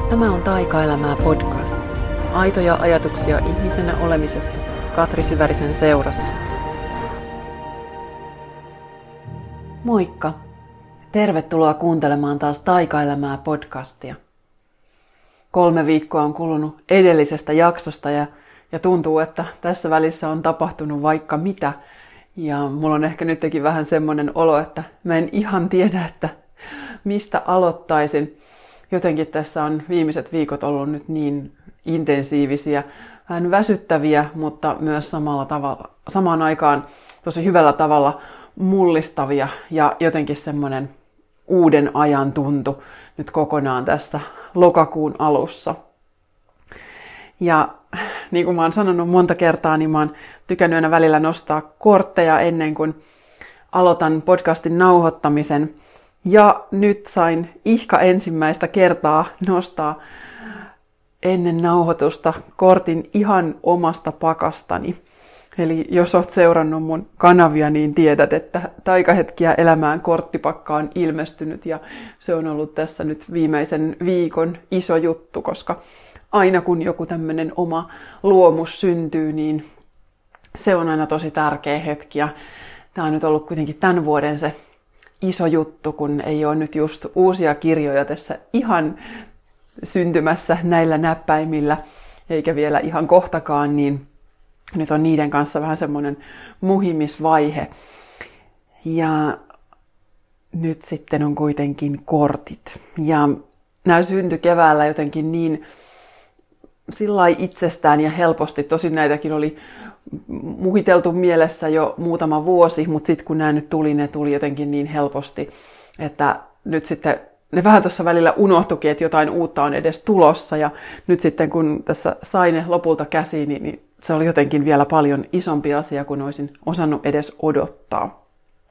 Tämä on Taikaelämää podcast. Aitoja ajatuksia ihmisenä olemisesta Katri Syvärisen seurassa. Moikka! Tervetuloa kuuntelemaan taas Taikaelämää podcastia. 3 viikkoa on kulunut edellisestä jaksosta ja tuntuu, että tässä välissä on tapahtunut vaikka mitä. Ja mulla on ehkä nytkin vähän semmoinen olo, että mä en ihan tiedä, että mistä aloittaisin. Jotenkin tässä on viimeiset viikot ollut nyt niin intensiivisiä, vähän väsyttäviä, mutta myös samaan aikaan tosi hyvällä tavalla mullistavia ja jotenkin semmoinen uuden ajan tuntu nyt kokonaan tässä lokakuun alussa. Ja niin kuin mä oon sanonut monta kertaa, niin mä oon tykännyt aina välillä nostaa kortteja ennen kuin aloitan podcastin nauhoittamisen. Ja nyt sain ensimmäistä kertaa nostaa ennen nauhoitusta kortin ihan omasta pakastani. Eli jos oot seurannut mun kanavia, niin tiedät, että Taikahetkiä elämään korttipakka on ilmestynyt. Ja se on ollut tässä nyt viimeisen viikon iso juttu, koska aina kun joku tämmöinen oma luomus syntyy, niin se on aina tosi tärkeä hetki. Ja tää on nyt ollut kuitenkin tämän vuoden se iso juttu, kun ei ole nyt just uusia kirjoja tässä ihan syntymässä näillä näppäimillä, eikä vielä ihan kohtakaan, niin nyt on niiden kanssa vähän semmoinen muhimisvaihe. Ja nyt sitten on kuitenkin kortit. Ja nämä syntyi keväällä jotenkin niin sillai itsestään ja helposti. Tosin näitäkin oli muhiteltu mielessä jo muutama vuosi, mutta sitten kun nämä nyt tuli, ne tuli jotenkin niin helposti, että nyt sitten ne vähän tuossa välillä unohtuikin, että jotain uutta on edes tulossa. Ja nyt sitten kun tässä sain ne lopulta käsiin, niin se oli jotenkin vielä paljon isompi asia, kuin olisin osannut edes odottaa.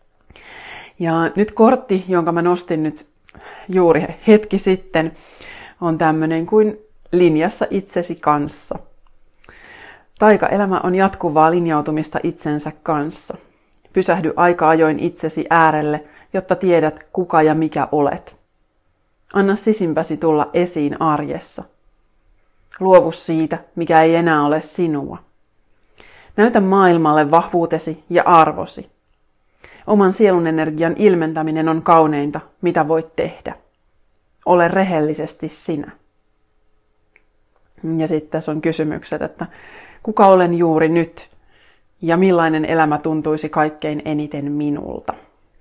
Ja nyt kortti, jonka mä nostin nyt juuri hetki sitten, on tämmöinen kuin linjassa itsesi kanssa. Taikaelämä on jatkuvaa linjautumista itsensä kanssa. Pysähdy aika ajoin itsesi äärelle, jotta tiedät, kuka ja mikä olet. Anna sisimpäsi tulla esiin arjessa. Luovu siitä, mikä ei enää ole sinua. Näytä maailmalle vahvuutesi ja arvosi. Oman sielun energian ilmentäminen on kauneinta, mitä voit tehdä. Ole rehellisesti sinä. Ja sitten tässä on kysymykset, että kuka olen juuri nyt ja millainen elämä tuntuisi kaikkein eniten minulta.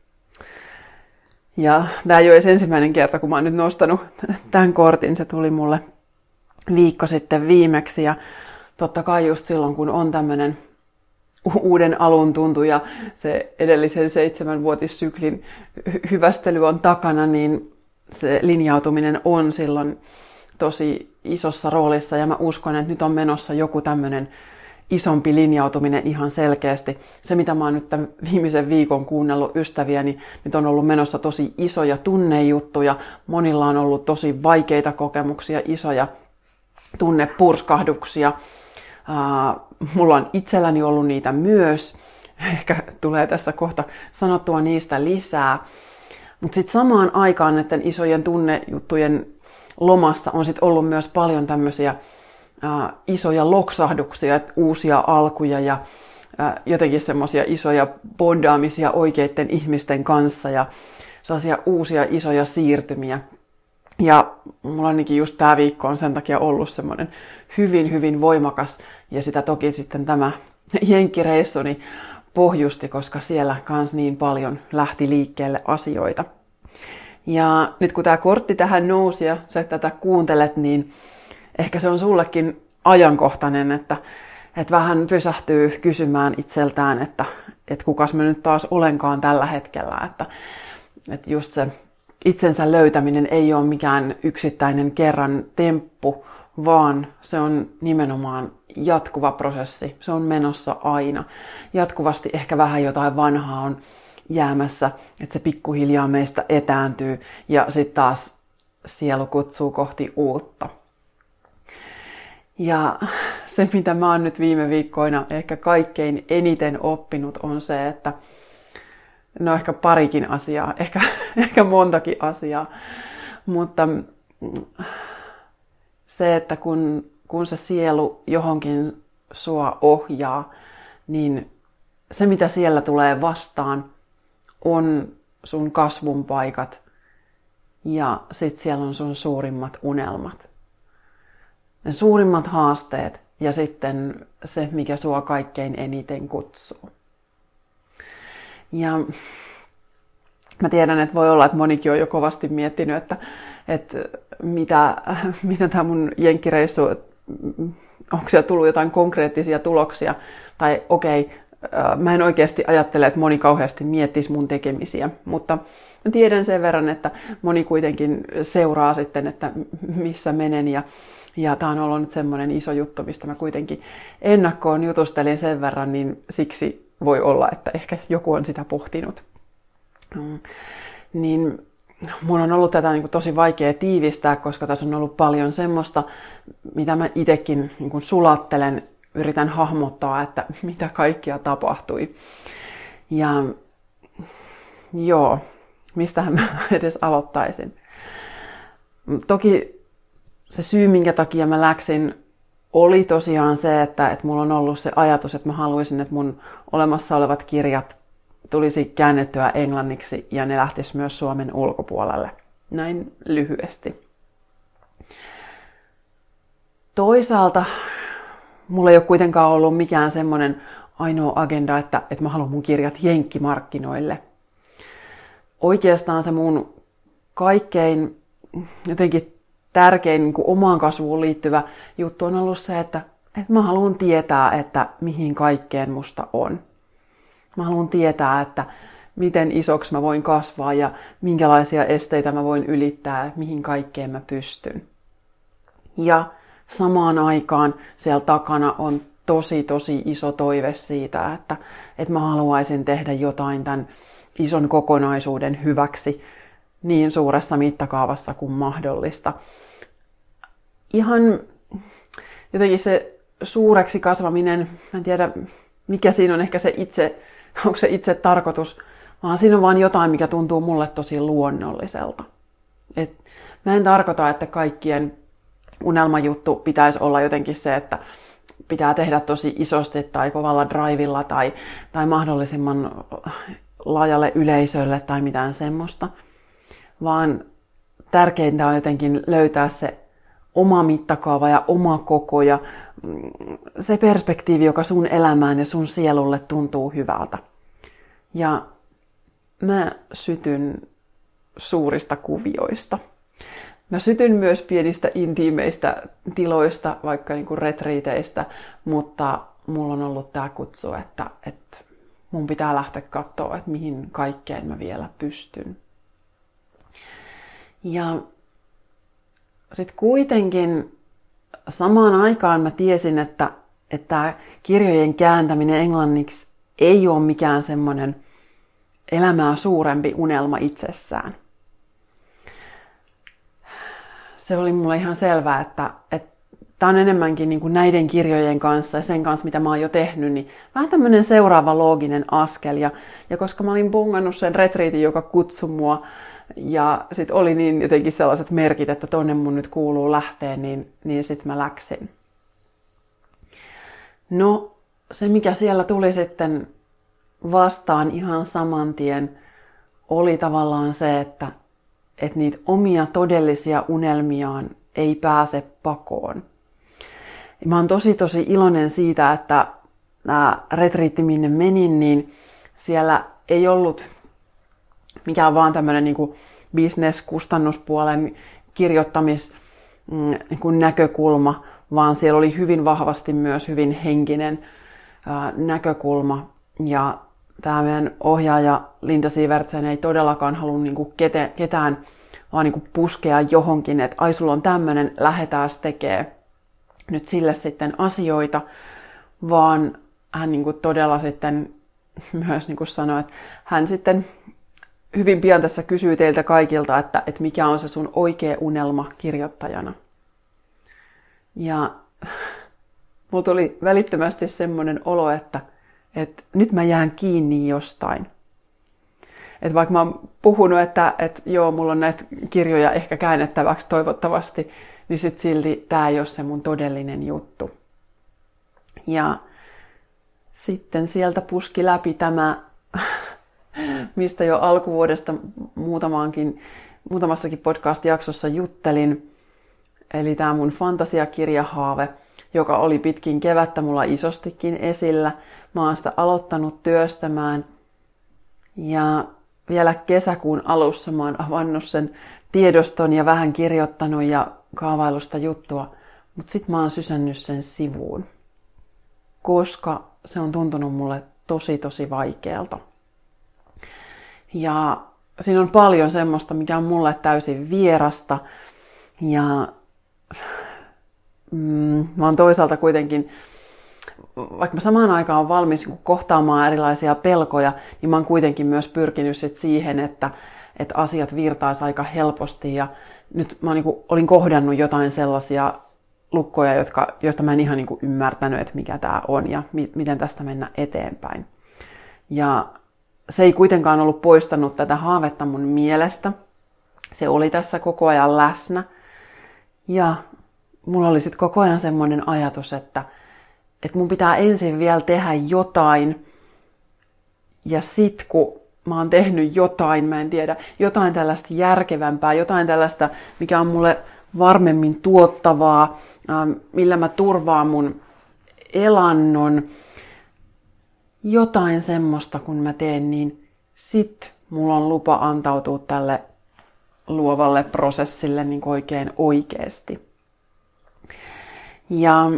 Ja tämä ei ole edes ensimmäinen kerta, kun mä oon nyt nostanut tämän kortin. Se tuli mulle viikko sitten viimeksi. Ja totta kai just silloin, kun on tämmöinen uuden alun tuntu ja se edellisen 7-vuotissyklin hyvästely on takana, niin se linjautuminen on silloin tosi isossa roolissa. Ja mä uskon, että nyt on menossa joku tämmöinen isompi linjautuminen ihan selkeästi. Se, mitä mä oon nyt tämän viimeisen viikon kuunnellut ystäviäni, nyt on ollut menossa tosi isoja tunnejuttuja. Monilla on ollut tosi vaikeita kokemuksia, isoja tunnepurskahduksia. Mulla on itselläni ollut niitä myös. Ehkä tulee tässä kohta sanottua niistä lisää. Mutta sitten samaan aikaan näiden isojen tunnejuttujen lomassa on sitten ollut myös paljon tämmöisiä isoja loksahduksia, uusia alkuja ja jotenkin semmoisia isoja bondaamisia oikeiden ihmisten kanssa ja sellaisia uusia isoja siirtymiä. Ja mulla ainakin just tämä viikko on sen takia ollut semmoinen hyvin, hyvin voimakas ja sitä toki sitten tämä jenkkireissuni pohjusti, koska siellä kans niin paljon lähti liikkeelle asioita. Ja nyt kun tämä kortti tähän nousi ja sä tätä kuuntelet, niin ehkä se on sullekin ajankohtainen, että vähän pysähtyy kysymään itseltään, että kukas mä nyt taas olenkaan tällä hetkellä. Että just se itsensä löytäminen ei ole mikään yksittäinen kerran temppu, vaan se on nimenomaan jatkuva prosessi. Se on menossa aina. Jatkuvasti ehkä vähän jotain vanhaa on jäämässä, että se pikkuhiljaa meistä etääntyy ja sitten taas sielu kutsuu kohti uutta. Ja se, mitä mä oon nyt viime viikkoina ehkä kaikkein eniten oppinut, on se, että no ehkä parikin asiaa, ehkä montakin asiaa, mutta se, että kun se sielu johonkin sua ohjaa, niin se mitä siellä tulee vastaan on sun kasvun paikat ja sit siellä on sun suurimmat unelmat. Ne suurimmat haasteet ja sitten se, mikä sua kaikkein eniten kutsuu. Ja mä tiedän, että voi olla, että monikin on jo kovasti miettinyt, että mitä tämä mun jenkkireissu, onko siellä tullut jotain konkreettisia tuloksia. Tai okei, mä en oikeasti ajattele, että moni kauheasti miettisi mun tekemisiä, mutta mä tiedän sen verran, että moni kuitenkin seuraa sitten, että missä menen. Ja tää on ollut nyt semmoinen iso juttu, mistä mä kuitenkin ennakkoon jutustelin sen verran, niin siksi voi olla, että ehkä joku on sitä pohtinut. Niin mun on ollut tätä tosi vaikea tiivistää, koska tässä on ollut paljon semmoista, mitä mä itsekin sulattelen, yritän hahmottaa, että mitä kaikkia tapahtui. Ja joo, mistähän mä edes aloittaisin. Toki se syy, minkä takia mä läksin, oli tosiaan se, että mulla on ollut se ajatus, että mä haluaisin, että mun olemassa olevat kirjat tulisi käännettyä englanniksi ja ne lähtis myös Suomen ulkopuolelle. Näin lyhyesti. Toisaalta mulla ei ole kuitenkaan ollut mikään semmoinen ainoa agenda, että mä haluan mun kirjat jenkkimarkkinoille. Oikeastaan se mun kaikkein jotenkin tärkein omaan kasvuun liittyvä juttu on ollut se, että mä haluan tietää, että mihin kaikkeen musta on. Mä haluan tietää, että miten isoksi mä voin kasvaa ja minkälaisia esteitä mä voin ylittää, mihin kaikkeen mä pystyn. Ja samaan aikaan siellä takana on tosi iso toive siitä, että mä haluaisin tehdä jotain tämän ison kokonaisuuden hyväksi niin suuressa mittakaavassa kuin mahdollista. Ihan jotenkin se suureksi kasvaminen, en tiedä mikä siinä on ehkä se itse, onko se itse tarkoitus, vaan siinä on vaan jotain, mikä tuntuu mulle tosi luonnolliselta. Mä en tarkoita, että kaikkien unelmajuttu pitäisi olla jotenkin se, että pitää tehdä tosi isosti tai kovalla drivilla tai mahdollisimman laajalle yleisölle tai mitään semmoista. Vaan tärkeintä on jotenkin löytää se oma mittakaava ja oma koko ja se perspektiivi, joka sun elämään ja sun sielulle tuntuu hyvältä. Ja mä sytyn suurista kuvioista. Mä sytyn myös pienistä intiimeistä tiloista, vaikka retriiteistä, mutta mulla on ollut tää kutsu, että mun pitää lähteä katsoa, että mihin kaikkeen mä vielä pystyn. Ja sitten kuitenkin samaan aikaan mä tiesin, että tämä kirjojen kääntäminen englanniksi ei ole mikään semmoinen elämää suurempi unelma itsessään. Se oli mulle ihan selvää, että tämä on enemmänkin näiden kirjojen kanssa ja sen kanssa, mitä mä oon jo tehnyt, niin vähän tämmöinen seuraava looginen askel. Ja koska mä olin bongannut sen retriitin, joka kutsui mua, ja sitten oli niin jotenkin sellaiset merkit, että tonne mun nyt kuuluu lähteä, niin sitten mä läksin. No, se mikä siellä tuli sitten vastaan ihan saman tien, oli tavallaan se, että niitä omia todellisia unelmiaan ei pääse pakoon. Mä oon tosi iloinen siitä, että tämä retriitti, minne menin, niin siellä ei ollut mikään vaan tämmöinen business-kustannuspuolen näkökulma, vaan siellä oli hyvin vahvasti myös hyvin henkinen näkökulma. Ja tämä meidän ohjaaja Linda Sivertsen ei todellakaan halua ketään vaan puskea johonkin, että ai sulla on tämmöinen, lähdetään tekee nyt sille sitten asioita, vaan hän todella sitten myös sanoi, että hän sitten hyvin pian tässä kysyy teiltä kaikilta, että mikä on se sun oikea unelma kirjoittajana. Ja mulla tuli välittömästi semmoinen olo, että nyt mä jään kiinni jostain. että vaikka mä oon puhunut, että joo, mulla on näistä kirjoja ehkä käännettäväksi toivottavasti, niin sit silti tää ei ole se mun todellinen juttu. Ja sitten sieltä puski läpi tämä, mistä jo alkuvuodesta muutamassakin podcast-jaksossa juttelin, eli tämä mun fantasiakirjahaave, joka oli pitkin kevättä mulla isostikin esillä. Mä oon sitä aloittanut työstämään ja vielä kesäkuun alussa mä oon avannut sen tiedoston ja vähän kirjoittanut ja kaavailusta juttua, mutta sit mä oon sysännyt sen sivuun, koska se on tuntunut mulle tosi vaikealta. Ja siinä on paljon semmoista, mikä on mulle täysin vierasta. Ja mä oon toisaalta kuitenkin, vaikka mä samaan aikaan olen valmis kohtaamaan erilaisia pelkoja, niin mä oon kuitenkin myös pyrkinyt siihen, että asiat virtaisi aika helposti. Ja nyt mä olin kohdannut jotain sellaisia lukkoja, joista mä en ihan ymmärtänyt, että mikä tää on ja miten tästä mennä eteenpäin. Ja se ei kuitenkaan ollut poistanut tätä haavetta mun mielestä. Se oli tässä koko ajan läsnä. Ja mulla oli sitten koko ajan semmoinen ajatus, että mun pitää ensin vielä tehdä jotain. Ja sit kun mä oon tehnyt jotain, mä en tiedä, jotain tällaista järkevämpää, jotain tällaista, mikä on mulle varmemmin tuottavaa, millä mä turvaan mun elannon, jotain semmoista kun mä teen, niin sit mulla on lupa antautua tälle luovalle prosessille niin oikein oikeesti. Ja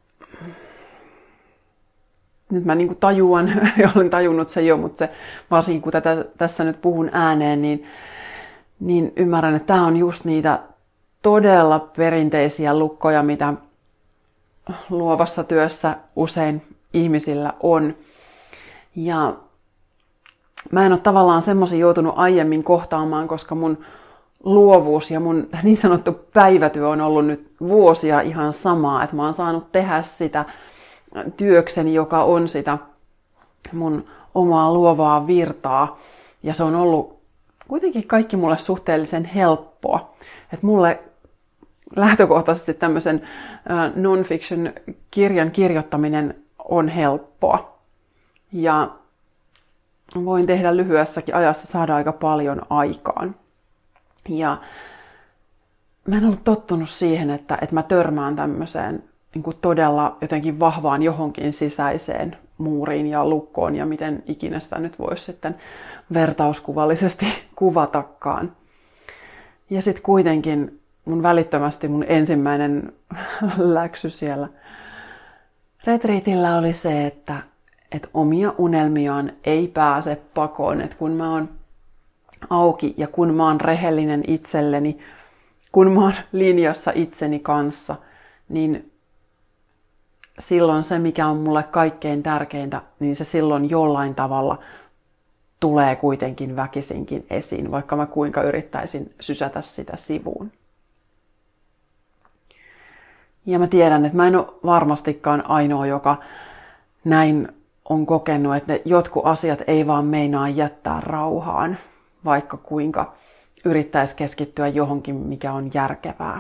nyt mä tajuan, ja olen tajunnut se jo, mutta se, varsinkin kun tässä nyt puhun ääneen, niin ymmärrän, että tää on just niitä todella perinteisiä lukkoja, mitä luovassa työssä usein ihmisillä on. Ja mä en ole tavallaan semmoisia joutunut aiemmin kohtaamaan, koska mun luovuus ja mun niin sanottu päivätyö on ollut nyt vuosia ihan samaa. Että mä oon saanut tehdä sitä työkseni, joka on sitä mun omaa luovaa virtaa. Ja se on ollut kuitenkin kaikki mulle suhteellisen helppoa. Että mulle lähtökohtaisesti tämmöisen non-fiction kirjan kirjoittaminen on helppoa. Ja voin tehdä lyhyessäkin ajassa, saada aika paljon aikaan. Ja mä en ollut tottunut siihen, että mä törmään tämmöiseen niin kuin todella jotenkin vahvaan johonkin sisäiseen muuriin ja lukkoon, ja miten ikinä sitä nyt voisi sitten vertauskuvallisesti kuvatakaan. Ja sitten kuitenkin välittömästi mun ensimmäinen läksy siellä retriitillä oli se, että omia unelmiaan ei pääse pakoon. Että kun mä oon auki ja kun mä oon rehellinen itselleni, kun mä oon linjassa itseni kanssa, niin silloin se, mikä on mulle kaikkein tärkeintä, niin se silloin jollain tavalla tulee kuitenkin väkisinkin esiin, vaikka mä kuinka yrittäisin sysätä sitä sivuun. Ja mä tiedän, että mä en ole varmastikaan ainoa, joka näin on kokenut, että jotkut asiat ei vaan meinaa jättää rauhaan, vaikka kuinka yrittäisi keskittyä johonkin, mikä on järkevää.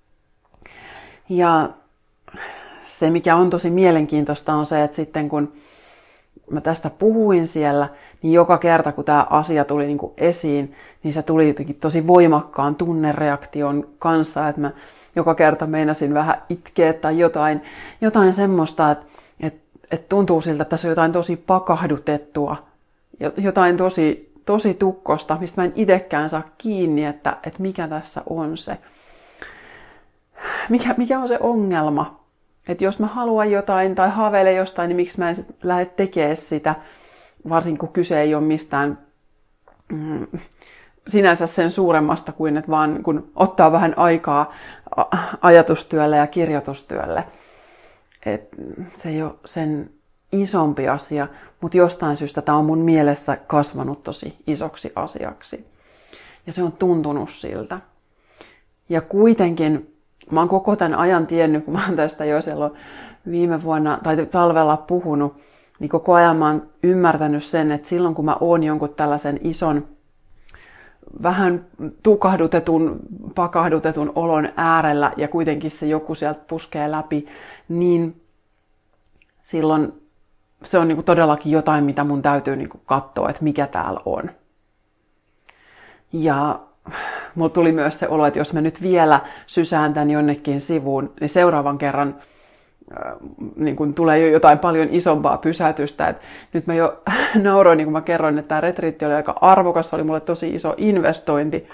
Ja se, mikä on tosi mielenkiintoista, on se, että sitten kun mä tästä puhuin siellä, niin joka kerta, kun tämä asia tuli niin kuin esiin, niin se tuli jotenkin tosi voimakkaan tunnereaktion kanssa, että mä joka kerta meinasin vähän itkeä tai jotain semmoista, että tuntuu siltä, että tässä on jotain tosi pakahdutettua, jotain tosi tukkosta, mistä mä en itsekään saa kiinni, että mikä tässä on se. Mikä on se ongelma? Että jos mä haluan jotain tai haaveilen jostain, niin miksi mä en lähde tekemään sitä, varsinkin kun kyse ei ole mistään sinänsä sen suuremmasta kuin, että vaan kun ottaa vähän aikaa ajatustyölle ja kirjoitustyölle. Et se ei ole sen isompi asia, mutta jostain syystä tämä on mun mielessä kasvanut tosi isoksi asiaksi. Ja se on tuntunut siltä. Ja kuitenkin mä oon koko tämän ajan tiennyt, kun mä oon tästä jo silloin viime vuonna tai talvella puhunut, niin koko ajan mä oon ymmärtänyt sen, että silloin kun mä oon jonkun tällaisen ison, vähän tukahdutetun, pakahdutetun olon äärellä ja kuitenkin se joku sieltä puskee läpi, niin silloin se on niinku todellakin jotain, mitä mun täytyy niinku katsoa, että mikä täällä on. Ja mulla tuli myös se olo, että jos mä nyt vielä sysään tän jonnekin sivuun, niin seuraavan kerran niin kun tulee jo jotain paljon isompaa pysäytystä. Et nyt mä jo nauroin, niin kun mä kerroin, että tämä retriitti oli aika arvokas, se oli mulle tosi iso investointi.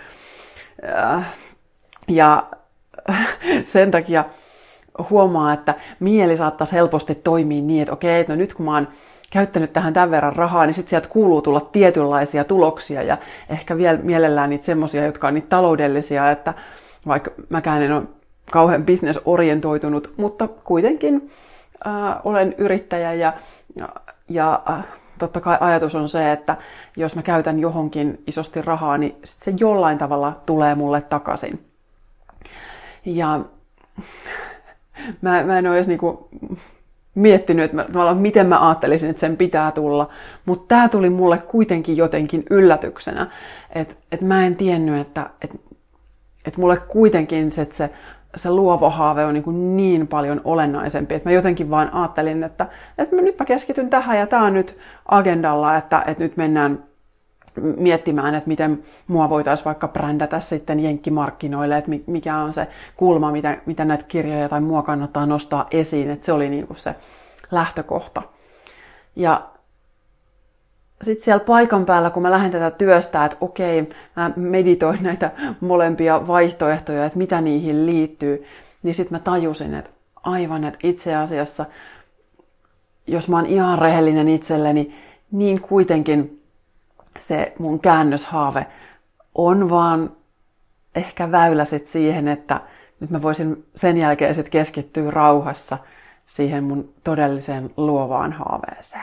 Ja sen takia huomaa, että mieli saattaisi helposti toimia niin, että okei, no nyt kun mä oon käyttänyt tähän tämän verran rahaa, niin sitten sieltä kuuluu tulla tietynlaisia tuloksia ja ehkä vielä mielellään niitä semmoisia, jotka on niitä taloudellisia, että vaikka mäkään en ole kauhean business-orientoitunut, mutta kuitenkin olen yrittäjä ja totta kai ajatus on se, että jos mä käytän johonkin isosti rahaa, niin se jollain tavalla tulee mulle takaisin. Ja mä en ole edes niinku miettinyt, että miten mä ajattelisin, että sen pitää tulla, mutta tämä tuli mulle kuitenkin jotenkin yllätyksenä, että mä en tiennyt, että mulle kuitenkin se luova haave on niin paljon olennaisempi, että mä jotenkin vaan ajattelin, että nyt mä keskityn tähän ja tää on nyt agendalla, että nyt mennään miettimään, että miten mua voitaisiin vaikka brändätä sitten jenkkimarkkinoille, että mikä on se kulma, mitä näitä kirjoja tai mua kannattaa nostaa esiin, että se oli niinku se lähtökohta. Ja sitten siellä paikan päällä, kun mä lähden tätä työstää, että okei, mä meditoin näitä molempia vaihtoehtoja, että mitä niihin liittyy, niin sitten mä tajusin, että aivan, että itse asiassa, jos mä oon ihan rehellinen itselleni, niin kuitenkin se mun käännöshaave on vaan ehkä väylä sit siihen, että nyt mä voisin sen jälkeen sit keskittyä rauhassa siihen mun todelliseen luovaan haaveeseen.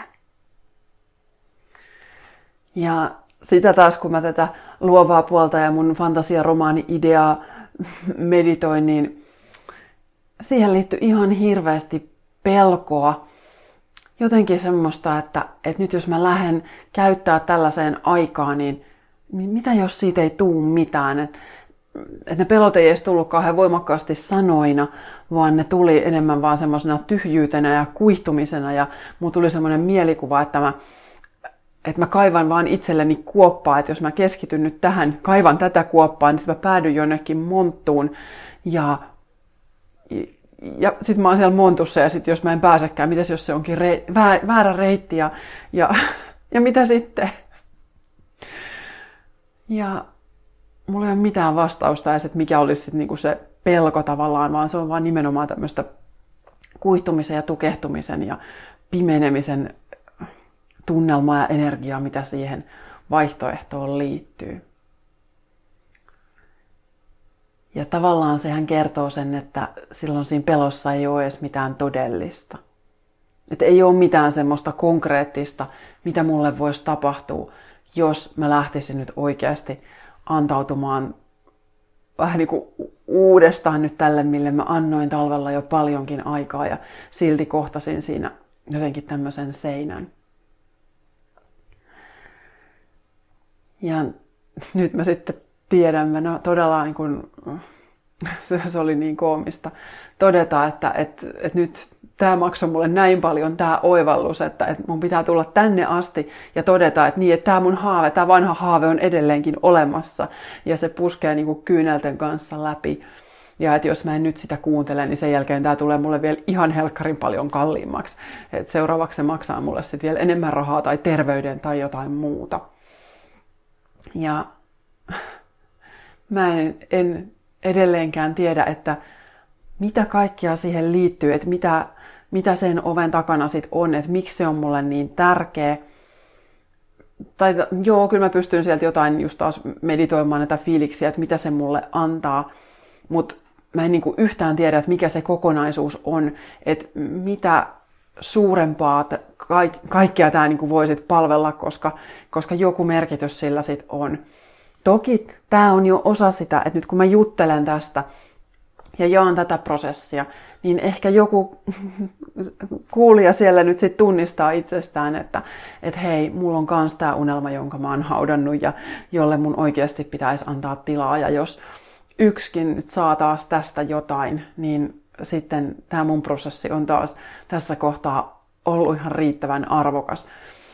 Ja sitä taas, kun mä tätä luovaa puolta ja mun fantasiaromaani-ideaa meditoin, niin siihen liittyy ihan hirveästi pelkoa. Jotenkin semmoista, että nyt jos mä lähden käyttää tällaiseen aikaan, niin mitä jos siitä ei tule mitään? Että ne pelot ei edes tullut kauhean voimakkaasti sanoina, vaan ne tuli enemmän vaan semmoisena tyhjyytenä ja kuihtumisena. Ja mulla tuli semmoinen mielikuva, että mä kaivan vaan itselleni kuoppaa, että jos mä keskityn nyt tähän, kaivan tätä kuoppaa, niin sitten mä päädyn jonnekin monttuun. Ja sitten mä oon siellä montussa ja sitten jos mä en pääsekään, mitäs jos se onkin väärä reitti ja mitä sitten? Ja mulla ei ole mitään vastausta edes, että mikä olisi sitten niinku se pelko tavallaan, vaan se on vaan nimenomaan tämmöistä kuihtumisen ja tukehtumisen ja pimenemisen tunnelmaa ja energiaa, mitä siihen vaihtoehtoon liittyy. Ja tavallaan sehän kertoo sen, että silloin siinä pelossa ei ole edes mitään todellista. Että ei ole mitään semmoista konkreettista, mitä mulle voisi tapahtua, jos mä lähtisin nyt oikeasti antautumaan vähän niin kuin uudestaan nyt tälle, mille mä annoin talvella jo paljonkin aikaa ja silti kohtasin siinä jotenkin tämmöisen seinän. Ja nyt mä sitten tiedän, no todella niin kuin, se oli niin koomista todeta, että nyt tämä maksoi mulle näin paljon tämä oivallus, että mun pitää tulla tänne asti ja todeta, että tämä mun haave, tämä vanha haave on edelleenkin olemassa ja se puskee niin kuin kyynelten kanssa läpi. Ja että jos mä en nyt sitä kuuntele, niin sen jälkeen tämä tulee mulle vielä ihan helkkarin paljon kalliimmaksi. Et seuraavaksi se maksaa mulle sitten vielä enemmän rahaa tai terveyden tai jotain muuta. Ja mä en edelleenkään tiedä, että mitä kaikkea siihen liittyy, että mitä sen oven takana sit on, että miksi se on mulle niin tärkeä. Tai joo, kyllä mä pystyn sieltä jotain just taas meditoimaan näitä fiiliksiä, että mitä se mulle antaa, mutta mä en niinku yhtään tiedä, että mikä se kokonaisuus on, että mitä suurempaa kaikkea tämä niinku voi sit palvella, koska joku merkitys sillä sit on. Toki tämä on jo osa sitä, että nyt kun mä juttelen tästä ja jaan tätä prosessia, niin ehkä joku kuulija siellä nyt sitten tunnistaa itsestään, että hei, mulla on kans tää unelma, jonka mä oon haudannut ja jolle mun oikeasti pitäisi antaa tilaa. Ja jos yksikin nyt saa taas tästä jotain, niin sitten tämä mun prosessi on taas tässä kohtaa ollut ihan riittävän arvokas.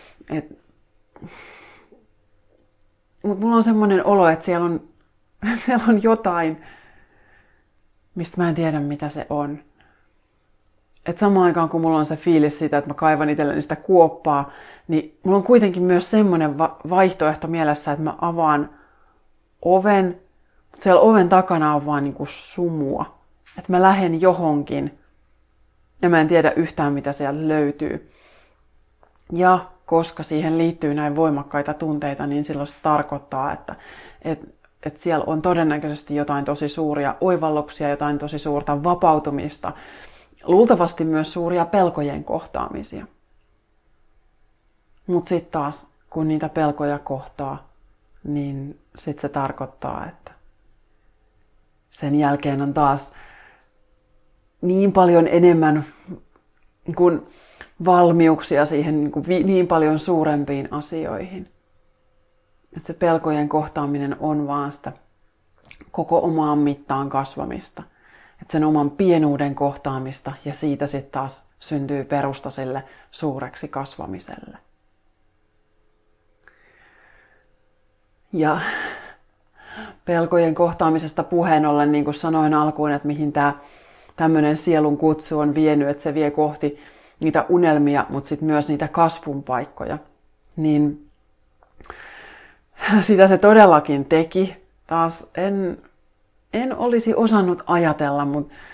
Mutta mulla on semmoinen olo, että siellä on jotain, mistä mä en tiedä, mitä se on. Et samaan aikaan, kun mulla on se fiilis siitä, että mä kaivan itselleni sitä kuoppaa, niin mulla on kuitenkin myös semmoinen vaihtoehto mielessä, että mä avaan oven, mutta siellä oven takana on vaan niinku sumua. Että mä lähden johonkin ja mä en tiedä yhtään, mitä siellä löytyy. Ja koska siihen liittyy näin voimakkaita tunteita, niin silloin se tarkoittaa, että siellä on todennäköisesti jotain tosi suuria oivalluksia, jotain tosi suurta vapautumista, luultavasti myös suuria pelkojen kohtaamisia. Mutta sitten taas, kun niitä pelkoja kohtaa, niin sitten se tarkoittaa, että sen jälkeen on taas niin paljon enemmän kuin valmiuksia siihen niin paljon suurempiin asioihin. Että se pelkojen kohtaaminen on vaan sitä koko omaan mittaan kasvamista. Että sen oman pienuuden kohtaamista ja siitä sitten taas syntyy perusta sille suureksi kasvamiselle. Ja pelkojen kohtaamisesta puheen ollen, niin kuin sanoin alkuun, että mihin tämä tämmöinen sielun kutsu on vienyt, että se vie kohti niitä unelmia, mutta sitten myös niitä kasvun paikkoja. Niin sitä se todellakin teki. Taas en olisi osannut ajatella,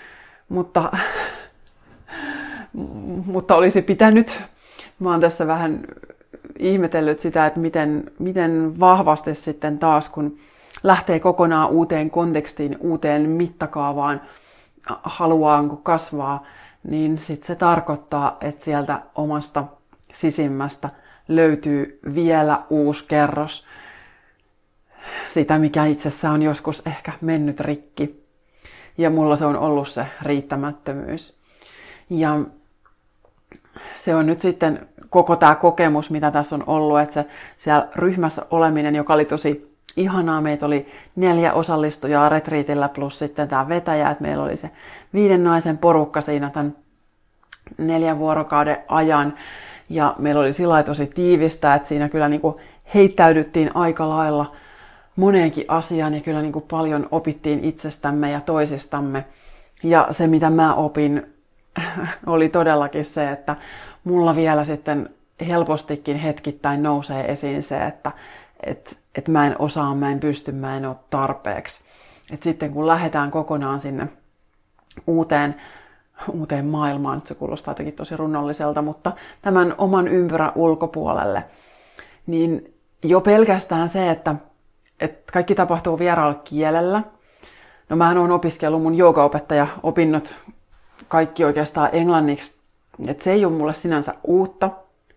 mutta olisi pitänyt. Mä oon tässä vähän ihmetellyt sitä, että miten vahvasti sitten taas, kun lähtee kokonaan uuteen kontekstiin, uuteen mittakaavaan, haluaa kasvaa, niin sitten se tarkoittaa, että sieltä omasta sisimmästä löytyy vielä uusi kerros sitä, mikä itsessä on joskus ehkä mennyt rikki. Ja mulla se on ollut se riittämättömyys. Ja se on nyt sitten koko tämä kokemus, mitä tässä on ollut, että se siellä ryhmässä oleminen, joka oli tosi ihanaa. Meitä oli 4 osallistujaa retriitillä plus sitten tämä vetäjä, että meillä oli se 5 naisen porukka siinä tämän 4 vuorokauden ajan. Ja meillä oli sillä lailla tosi tiivistä, että siinä kyllä niin kuin heittäydyttiin aika lailla moneenkin asiaan ja kyllä niin kuin paljon opittiin itsestämme ja toisistamme. Ja se, mitä mä opin, oli todellakin se, että mulla vielä sitten helpostikin hetkittäin nousee esiin se, että mä en osaa, mä en pysty, mä en ole tarpeeksi. Et sitten kun lähdetään kokonaan sinne uuteen maailmaan, se kuulostaa jotenkin tosi runnolliselta, mutta tämän oman ympyrän ulkopuolelle, niin jo pelkästään se, että kaikki tapahtuu vieraalla kielellä. No mähän olen opiskellut mun joogaopettaja-opinnot kaikki oikeastaan englanniksi, että se ei ole mulle sinänsä uutta,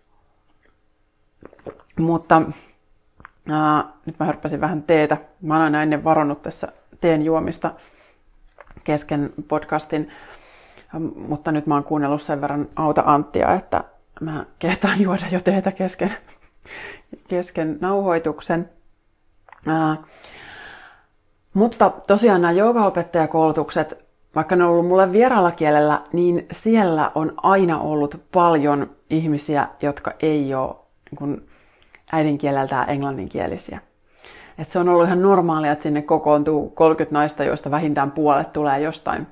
mutta nyt mä hörppäsin vähän teetä. Mä oon aina ennen varannut tässä teen juomista kesken podcastin, mutta nyt mä oon kuunnellut sen verran Auta Anttia, että mä kehtaan juoda jo teetä kesken nauhoituksen. Mutta tosiaan nämä joogaopettajakoulutukset, vaikka ne on ollut mulle vieraalla kielellä, niin siellä on aina ollut paljon ihmisiä, jotka ei ole niin äidinkieleltään englanninkielisiä. Et se on ollut ihan normaalia, että sinne kokoontuu 30 naista, joista vähintään puolet tulee jostain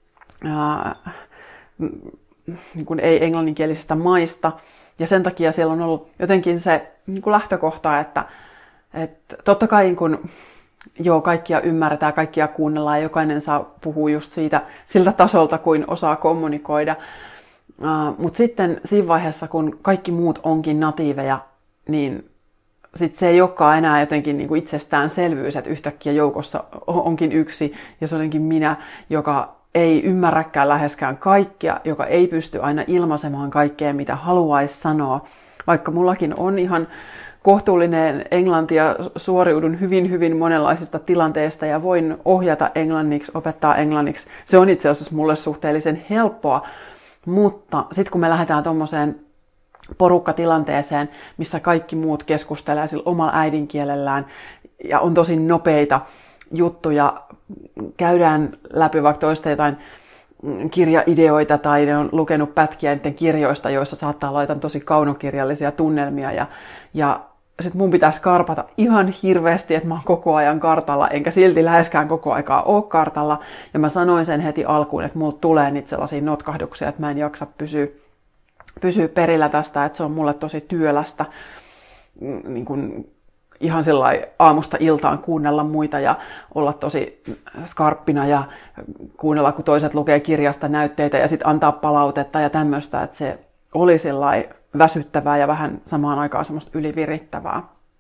niin ei englanninkielisistä maista. Ja sen takia siellä on ollut jotenkin se niin lähtökohta, että totta kai kun kaikkia ymmärretään, kaikkia kuunnellaan ja jokainen saa puhua just siltä tasolta, kuin osaa kommunikoida. Mutta sitten siinä vaiheessa, kun kaikki muut onkin natiiveja, niin sit se ei olekaan enää jotenkin niin kuin itsestäänselvyys, että yhtäkkiä joukossa onkin yksi ja se olenkin minä, joka ei ymmärräkään läheskään kaikkea, joka ei pysty aina ilmaisemaan kaikkea, mitä haluaisi sanoa. Vaikka mullakin on ihan kohtuullinen englanti ja suoriudun hyvin, hyvin monenlaisista tilanteista ja voin ohjata englanniksi, opettaa englanniksi. Se on itse asiassa mulle suhteellisen helppoa, mutta sitten kun me lähdetään tuommoiseen porukkatilanteeseen, missä kaikki muut keskustelee sillä omalla äidinkielellään ja on tosi nopeita juttuja, käydään läpi vaikka toista jotain kirjaideoita tai ne on lukenut pätkiä niiden kirjoista, joissa saattaa laittaa tosi kaunokirjallisia tunnelmia ja sitten mun pitäisi karpata ihan hirveästi, että mä oon koko ajan kartalla, enkä silti läheskään koko aikaa ole kartalla. Ja mä sanoin sen heti alkuun, että mulle tulee niitä sellaisia notkahduksia, että mä en jaksa pysyä perillä tästä, että se on mulle tosi työlästä niin kun ihan sellainen aamusta iltaan kuunnella muita ja olla tosi skarppina ja kuunnella, kun toiset lukee kirjasta näytteitä ja sitten antaa palautetta ja tämmöistä, että se oli sellainen väsyttävää ja vähän samaan aikaan semmoista ylivirittävää.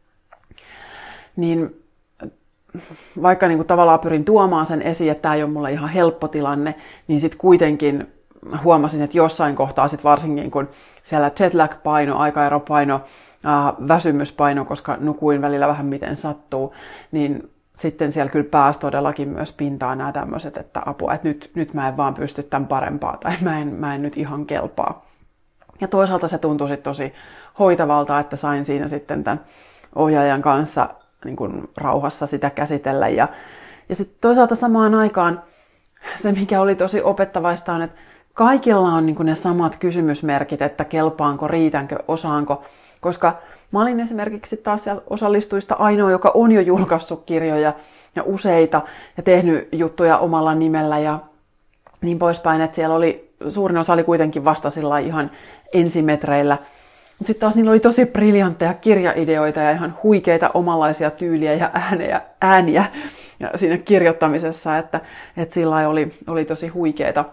Niin vaikka niin kuin tavallaan pyrin tuomaan sen esiin, että tämä ei ole mulle ihan helppo tilanne, niin sitten kuitenkin huomasin, että jossain kohtaa sit varsinkin kun siellä jetlag-paino, aikaeropaino, väsymyspaino, koska nukuin välillä vähän miten sattuu, niin sitten siellä kyllä pääsi todellakin myös pintaan nämä tämmöiset, että apua, että nyt mä en vaan pysty tämän parempaa tai mä en nyt ihan kelpaa. Ja toisaalta se tuntui sitten tosi hoitavalta, että sain siinä sitten tämän ohjaajan kanssa niin kuin rauhassa sitä käsitellä. Ja sitten toisaalta samaan aikaan se, mikä oli tosi opettavaista, on, että kaikilla on niin kuin ne samat kysymysmerkit, että kelpaanko, riitänkö, osaanko. Koska mä olin esimerkiksi taas siellä osallistujista ainoa, joka on jo julkaissut kirjoja ja useita ja tehnyt juttuja omalla nimellä ja niin poispäin, että siellä suurin osa oli kuitenkin vasta sillä ihan ensimetreillä. Mutta sitten taas niillä oli tosi briljantteja kirjaideoita ja ihan huikeita omanlaisia tyyliä ja ääniä siinä kirjoittamisessa, että sillä oli tosi huikeeta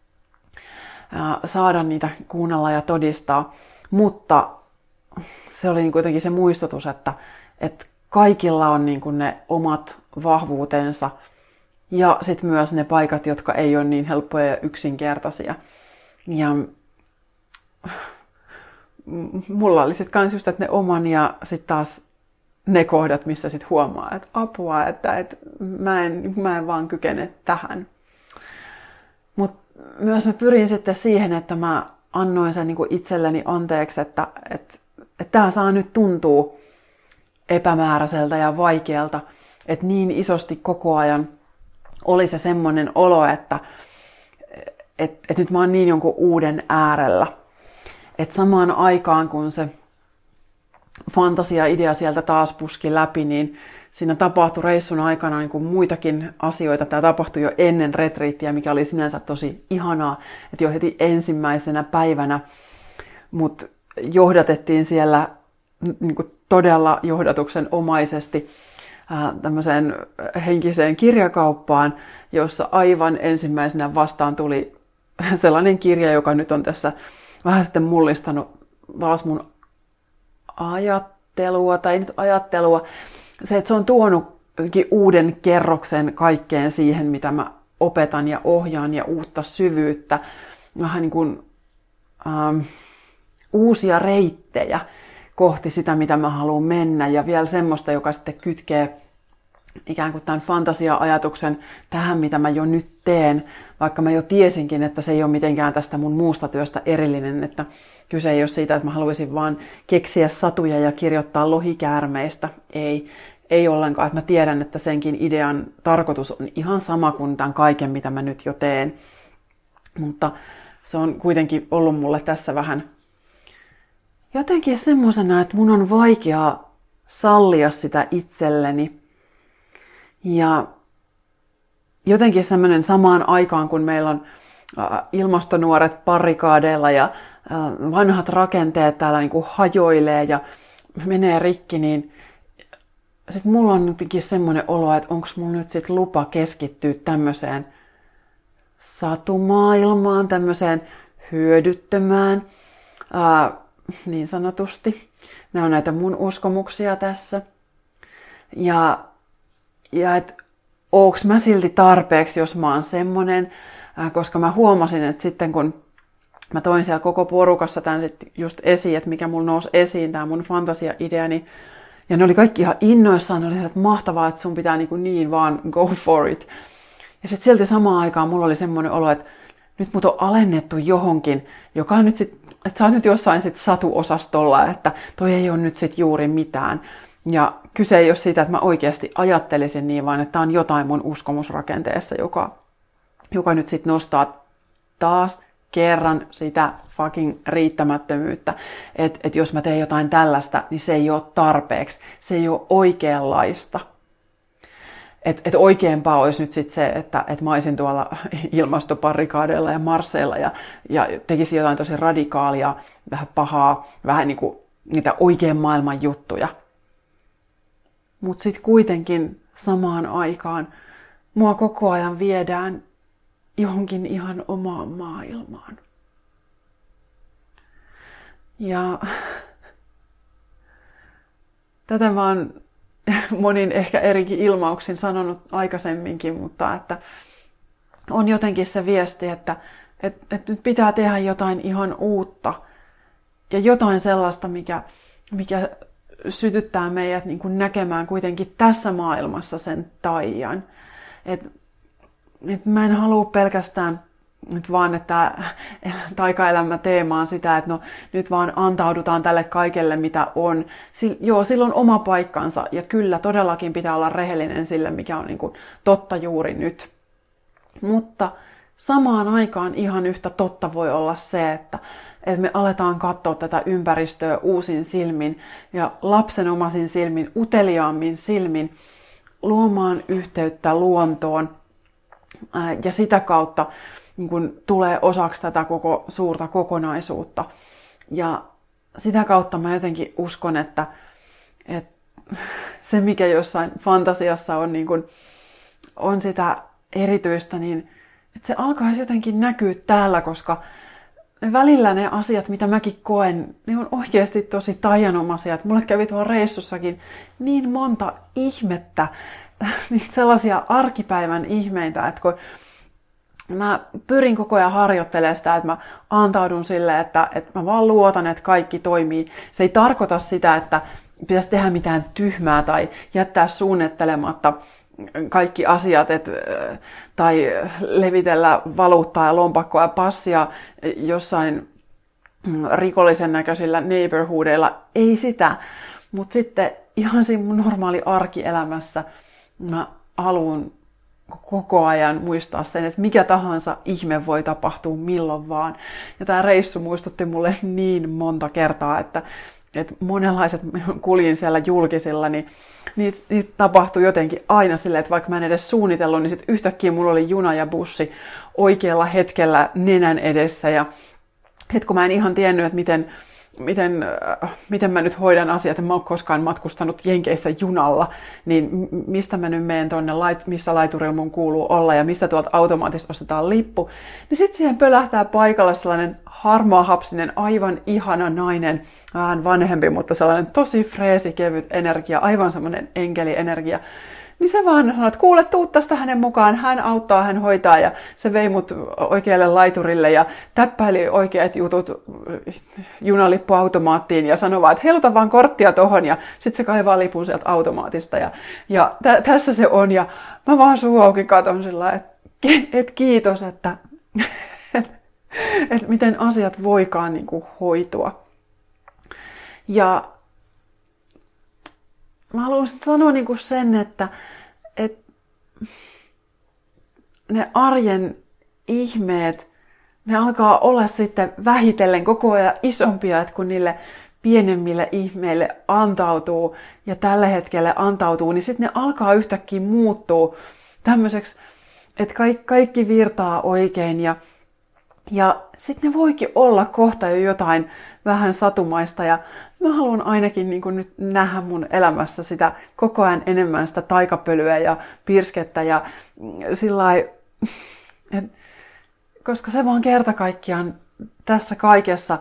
saada niitä kuunnella ja todistaa. Mutta se oli kuitenkin se muistutus, että kaikilla on niin kuin ne omat vahvuutensa ja sitten myös ne paikat, jotka ei ole niin helppoja ja yksinkertaisia. Ja mulla oli sitten kans just, että ne oman ja sitten taas ne kohdat, missä sitten huomaa, että apua, että mä en vaan kykene tähän. Mutta myös mä pyrin sitten siihen, että mä annoin sen niin kuin itselleni anteeksi, että tämä saa nyt tuntua epämääräiseltä ja vaikealta, että niin isosti koko ajan oli se semmoinen olo, että nyt mä oon niin jonkun uuden äärellä. Että samaan aikaan, kun se fantasia-idea sieltä taas puski läpi, niin siinä tapahtui reissun aikana niin kuin muitakin asioita. Tämä tapahtui jo ennen retriittiä, mikä oli sinänsä tosi ihanaa, että jo heti ensimmäisenä päivänä mut johdatettiin siellä niin kuin todella johdatuksen omaisesti tämmöiseen henkiseen kirjakauppaan, jossa aivan ensimmäisenä vastaan tuli sellainen kirja, joka nyt on tässä vähän sitten mullistanut taas mun ajattelua, tai ei nyt ajattelua, se, että se on tuonut uuden kerroksen kaikkeen siihen, mitä mä opetan ja ohjaan ja uutta syvyyttä, vähän niin kuin uusia reittejä kohti sitä, mitä mä haluan mennä, ja vielä semmoista, joka sitten kytkee ikään kuin tämän fantasia-ajatuksen tähän, mitä mä jo nyt teen, vaikka mä jo tiesinkin, että se ei ole mitenkään tästä mun muusta työstä erillinen, että kyse ei ole siitä, että mä haluaisin vaan keksiä satuja ja kirjoittaa lohikäärmeistä. Ei ollenkaan, että mä tiedän, että senkin idean tarkoitus on ihan sama kuin tämän kaiken, mitä mä nyt jo teen. Mutta se on kuitenkin ollut mulle tässä vähän jotenkin semmosena, että mun on vaikeaa sallia sitä itselleni. Ja jotenkin semmoinen samaan aikaan, kun meillä on ilmastonuoret barrikaadeilla ja vanhat rakenteet täällä niin kuin hajoilee ja menee rikki, niin sitten mulla on jotenkin semmoinen olo, että onko mulla nyt sitten lupa keskittyä tämmöiseen satumaailmaan, tämmöiseen hyödyttömään, niin sanotusti. Nämä on näitä mun uskomuksia tässä. Ja että oonko mä silti tarpeeksi, jos mä oon semmonen, koska mä huomasin, että sitten kun mä toin siellä koko porukassa tämän sitten just esiin, että mikä mulla nousi esiin, tämä mun fantasia-ideani. Ja ne oli kaikki ihan innoissaan, ne oli että mahtavaa, että sun pitää niin vaan go for it. Ja sitten silti samaan aikaan mulla oli semmoinen olo, että nyt mut on alennettu johonkin, joka on nyt sit, että sä oot nyt jossain sit satuosastolla, että toi ei ole nyt sit juuri mitään. Ja kyse ei ole siitä, että mä oikeasti ajattelisin niin, vaan että tää on jotain mun uskomusrakenteessa, joka nyt sit nostaa taas kerran sitä fucking riittämättömyyttä. Että jos mä teen jotain tällaista, niin se ei ole tarpeeksi. Se ei ole oikeanlaista. Että oikeampaa olisi nyt sit se, että mä olisin tuolla ilmastoparikaadeilla ja marsseilla ja tekisin jotain tosi radikaalia, vähän pahaa, vähän niinku niitä oikean maailman juttuja. Mutta sitten kuitenkin samaan aikaan mua koko ajan viedään johonkin ihan omaan maailmaan. Ja tätä mä oon monin ehkä erikin ilmauksin sanonut aikaisemminkin, mutta että on jotenkin se viesti, että nyt pitää tehdä jotain ihan uutta ja jotain sellaista, mikä sytyttää meidät niin kuin näkemään kuitenkin tässä maailmassa sen taian. Et mä en halua pelkästään nyt vaan, että taikaelämä teema on sitä, että no nyt vaan antaudutaan tälle kaikelle, mitä on. Joo, sillä on oma paikkansa ja kyllä todellakin pitää olla rehellinen sille, mikä on niin kuin totta juuri nyt. Mutta samaan aikaan ihan yhtä totta voi olla se, että me aletaan katsoa tätä ympäristöä uusin silmin ja lapsenomaisin silmin, uteliaammin silmin, luomaan yhteyttä luontoon ja sitä kautta niin kun tulee osaksi tätä koko suurta kokonaisuutta. Ja sitä kautta mä jotenkin uskon, että se mikä jossain fantasiassa on, niin kun, on sitä erityistä, niin että se alkaisi jotenkin näkyä täällä, koska välillä ne asiat, mitä mäkin koen, ne on oikeasti tosi taianomaisia. Mulle kävi tuolla reissussakin niin monta ihmettä, niitä sellaisia arkipäivän ihmeitä, että kun mä pyrin koko ajan harjoittelemaan sitä, että mä antaudun sille, että mä vaan luotan, että kaikki toimii. Se ei tarkoita sitä, että pitäisi tehdä mitään tyhmää tai jättää suunnittelematta kaikki asiat, tai levitellä valuuttaa ja lompakkoa ja passia jossain rikollisen näköisillä neighborhoodeilla. Ei sitä, mutta sitten ihan siinä mun normaali arkielämässä mä haluan koko ajan muistaa sen, että mikä tahansa ihme voi tapahtua milloin vaan. Ja tämä reissu muistutti mulle niin monta kertaa, että monenlaiset kuljin siellä julkisilla, niin niitä tapahtui jotenkin aina silleen, että vaikka mä en edes suunnitellut, niin sitten yhtäkkiä mulla oli juna ja bussi oikealla hetkellä nenän edessä. Ja sitten kun mä en ihan tiennyt, että miten mä nyt hoidan asiat, en mä ole koskaan matkustanut Jenkeissä junalla, niin mistä mä nyt menen tonne, missä laiturilla mun kuuluu olla ja mistä tuolta automaattisesti ostetaan lippu, niin sitten siihen pölähtää paikalla sellainen harmaahapsinen, aivan ihana nainen, vähän vanhempi, mutta sellainen tosi freesi, kevyt energia, aivan semmoinen enkelienergia. Niin se vaan sanoi, että kuule, tuu tästä hänen mukaan, hän auttaa, hän hoitaa, ja se vei mut oikealle laiturille ja täppäili oikeat jutut junalippuautomaattiin ja sanoi vaan, että heiluta vaan korttia tohon, ja sitten se kaivaa lipun sieltä automaatista, ja tässä se on, ja mä vaan suu auki katon sillä, että kiitos, että miten asiat voikaan niin kuin hoitua. Ja mä haluaisin sanoa niin kuin sen, että ne arjen ihmeet, ne alkaa olla sitten vähitellen koko ajan isompia, että kun niille pienemmille ihmeille antautuu ja tällä hetkellä antautuu, niin sitten ne alkaa yhtäkkiä muuttua tämmöiseksi, että kaikki virtaa oikein ja sitten ne voikin olla kohta jo jotain vähän satumaista ja mä haluan ainakin niin kuin nyt nähdä mun elämässä sitä koko ajan enemmän sitä taikapölyä ja pirskettä ja sillai, koska se vaan kerta kaikkiaan tässä kaikessa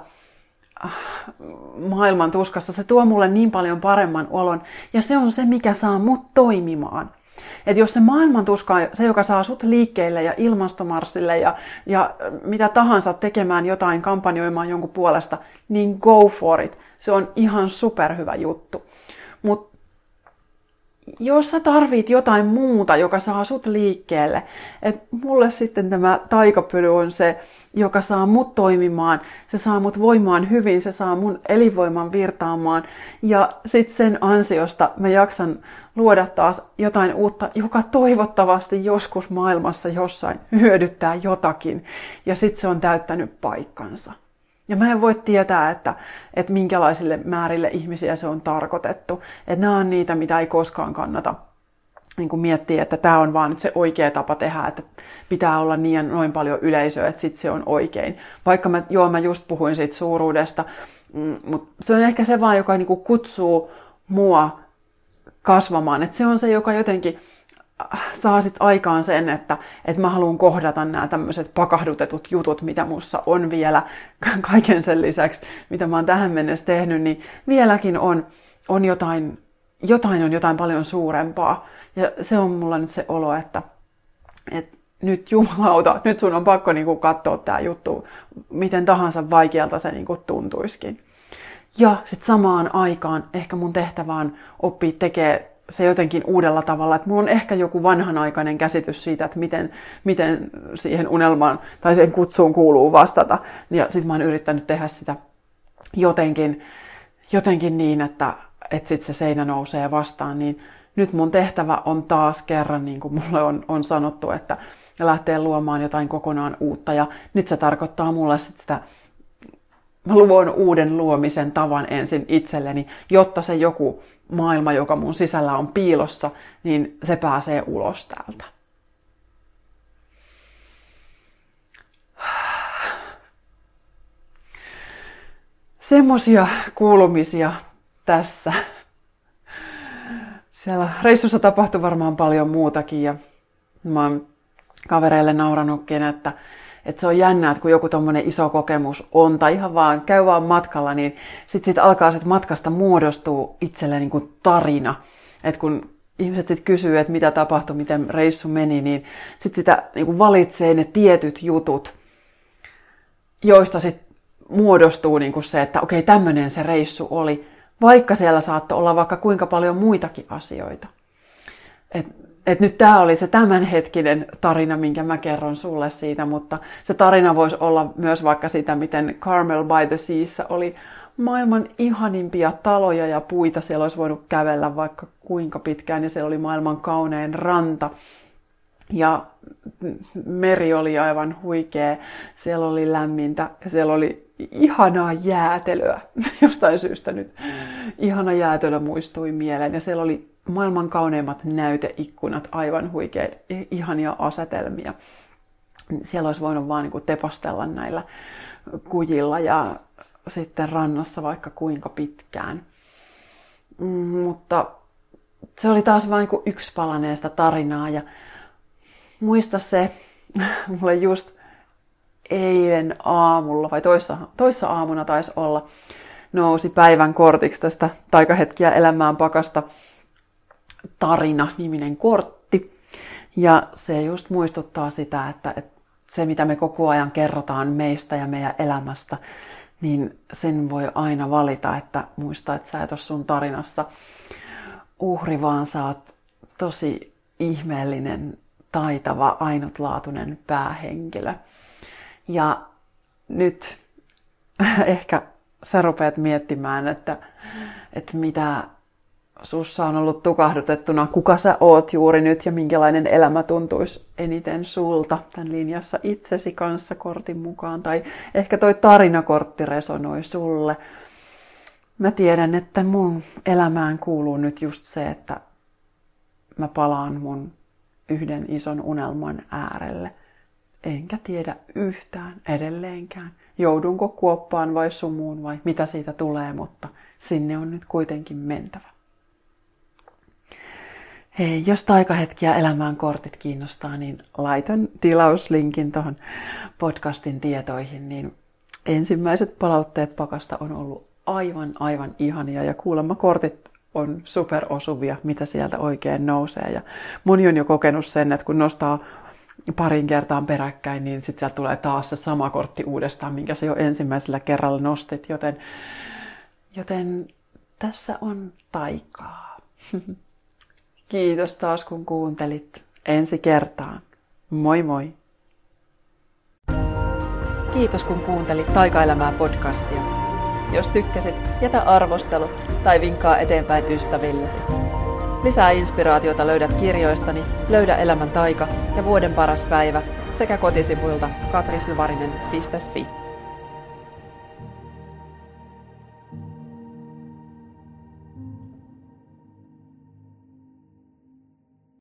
maailman tuskassa, se tuo mulle niin paljon paremman olon ja se on se, mikä saa mut toimimaan. Että jos se maailmantuska on se, joka saa sut liikkeelle ja ilmastomarssille ja mitä tahansa tekemään jotain, kampanjoimaan jonkun puolesta, niin go for it. Se on ihan superhyvä juttu. Mutta jos sä tarvit jotain muuta, joka saa sut liikkeelle, että mulle sitten tämä taikapöly on se, joka saa mut toimimaan, se saa mut voimaan hyvin, se saa mun elinvoiman virtaamaan ja sitten sen ansiosta mä jaksan luoda taas jotain uutta, joka toivottavasti joskus maailmassa jossain hyödyttää jotakin ja sitten se on täyttänyt paikkansa. Ja mä en voi tietää, että minkälaisille määrille ihmisiä se on tarkoitettu. Että nämä on niitä, mitä ei koskaan kannata niin kuin miettiä, että tämä on vaan nyt se oikea tapa tehdä, että pitää olla niin ja noin paljon yleisöä, että sitten se on oikein. Vaikka mä just puhuin siitä suuruudesta, mutta se on ehkä se vaan, joka niin kuin kutsuu mua kasvamaan. Että se on se, joka jotenkin saa sit aikaan sen, että mä haluan kohdata nämä tämmöiset pakahdutetut jutut, mitä mussa on vielä kaiken sen lisäksi, mitä mä oon tähän mennessä tehnyt, niin vieläkin on jotain paljon suurempaa. Ja se on mulla nyt se olo, että nyt jumalauta, nyt sun on pakko niinku katsoa tää juttu, miten tahansa vaikealta se niinku tuntuisikin. Ja sitten samaan aikaan ehkä mun tehtävä on oppia tekemään se jotenkin uudella tavalla, että mulla on ehkä joku vanhanaikainen käsitys siitä, että miten siihen unelmaan tai siihen kutsuun kuuluu vastata. Ja sitten mä oon yrittänyt tehdä sitä jotenkin niin, että sitten se seinä nousee vastaan. Niin nyt mun tehtävä on taas kerran, niin kuin mulle on sanottu, että lähtee luomaan jotain kokonaan uutta. Ja nyt se tarkoittaa mulle sitten sitä, mä luon uuden luomisen tavan ensin itselleni, jotta se joku maailma, joka mun sisällä on piilossa, niin se pääsee ulos täältä. Semmoisia kuulumisia tässä. Siellä reissussa tapahtui varmaan paljon muutakin ja mä oon kavereille nauranutkin, että se on jännää, että kun joku tommonen iso kokemus on, tai ihan vaan käy vaan matkalla, niin sit alkaa sit matkasta muodostua itselle niin kuin tarina. Että kun ihmiset sit kysyy, että mitä tapahtui, miten reissu meni, niin sit sitä niin kuin valitsee ne tietyt jutut, joista sit muodostuu niin kuin se, että okei, tämmönen se reissu oli, vaikka siellä saattoi olla vaikka kuinka paljon muitakin asioita. Et nyt tämä oli se tämänhetkinen tarina, minkä mä kerron sulle siitä, mutta se tarina voisi olla myös vaikka sitä, miten Carmel by the Seassa oli maailman ihanimpia taloja ja puita. Siellä olisi voinut kävellä vaikka kuinka pitkään ja siellä oli maailman kaunein ranta. Ja meri oli aivan huikea, siellä oli lämmintä ja siellä oli ihanaa jäätelöä. Jostain syystä nyt ihana jäätelö muistui mieleen ja siellä oli maailman kauneimmat näyteikkunat, aivan huikea, ihania asetelmia. Siellä olisi voinut vaan niin tepastella näillä kujilla ja sitten rannassa vaikka kuinka pitkään. Mutta se oli taas vain niin yksi palanen sitä tarinaa ja muista se, mulle just eilen aamulla, vai toissa aamuna taisi olla, nousi päivän kortiksi tästä Taikahetkiä elämään pakasta tarina-niminen kortti. Ja se just muistuttaa sitä, että se mitä me koko ajan kerrotaan meistä ja meidän elämästä, niin sen voi aina valita, että muista, että sä et ole sun tarinassa uhri, vaan sä oot tosi ihmeellinen, taitava, ainutlaatuinen päähenkilö. Ja nyt ehkä sä rupeat miettimään, että mitä sussa on ollut tukahdutettuna, kuka sä oot juuri nyt ja minkälainen elämä tuntuisi eniten sulta tämän linjassa itsesi kanssa kortin mukaan. Tai ehkä toi tarinakortti resonoi sulle. Mä tiedän, että mun elämään kuuluu nyt just se, että mä palaan mun yhden ison unelman äärelle. Enkä tiedä yhtään edelleenkään, joudunko kuoppaan vai sumuun vai mitä siitä tulee, mutta sinne on nyt kuitenkin mentävä. Hei, jos Taikahetkiä elämään kortit kiinnostaa, niin laitan tilauslinkin tuohon podcastin tietoihin, niin ensimmäiset palautteet pakasta on ollut aivan ihania ja kuulemma kortit on superosuvia, mitä sieltä oikein nousee. Ja moni on jo kokenut sen, että kun nostaa parin kertaan peräkkäin, niin sitten sieltä tulee taas se sama kortti uudestaan, minkä se jo ensimmäisellä kerralla nostit. Joten tässä on taikaa. Kiitos taas kun kuuntelit. Ensi kertaan. Moi moi! Kiitos kun kuuntelit Taikaelämää podcastia. Jos tykkäsit, jätä arvostelu tai vinkkaa eteenpäin ystävillesi. Lisää inspiraatiota löydät kirjoistani Löydä elämän taika ja Vuoden paras päivä sekä kotisivuilta katrisyvarinen.fi.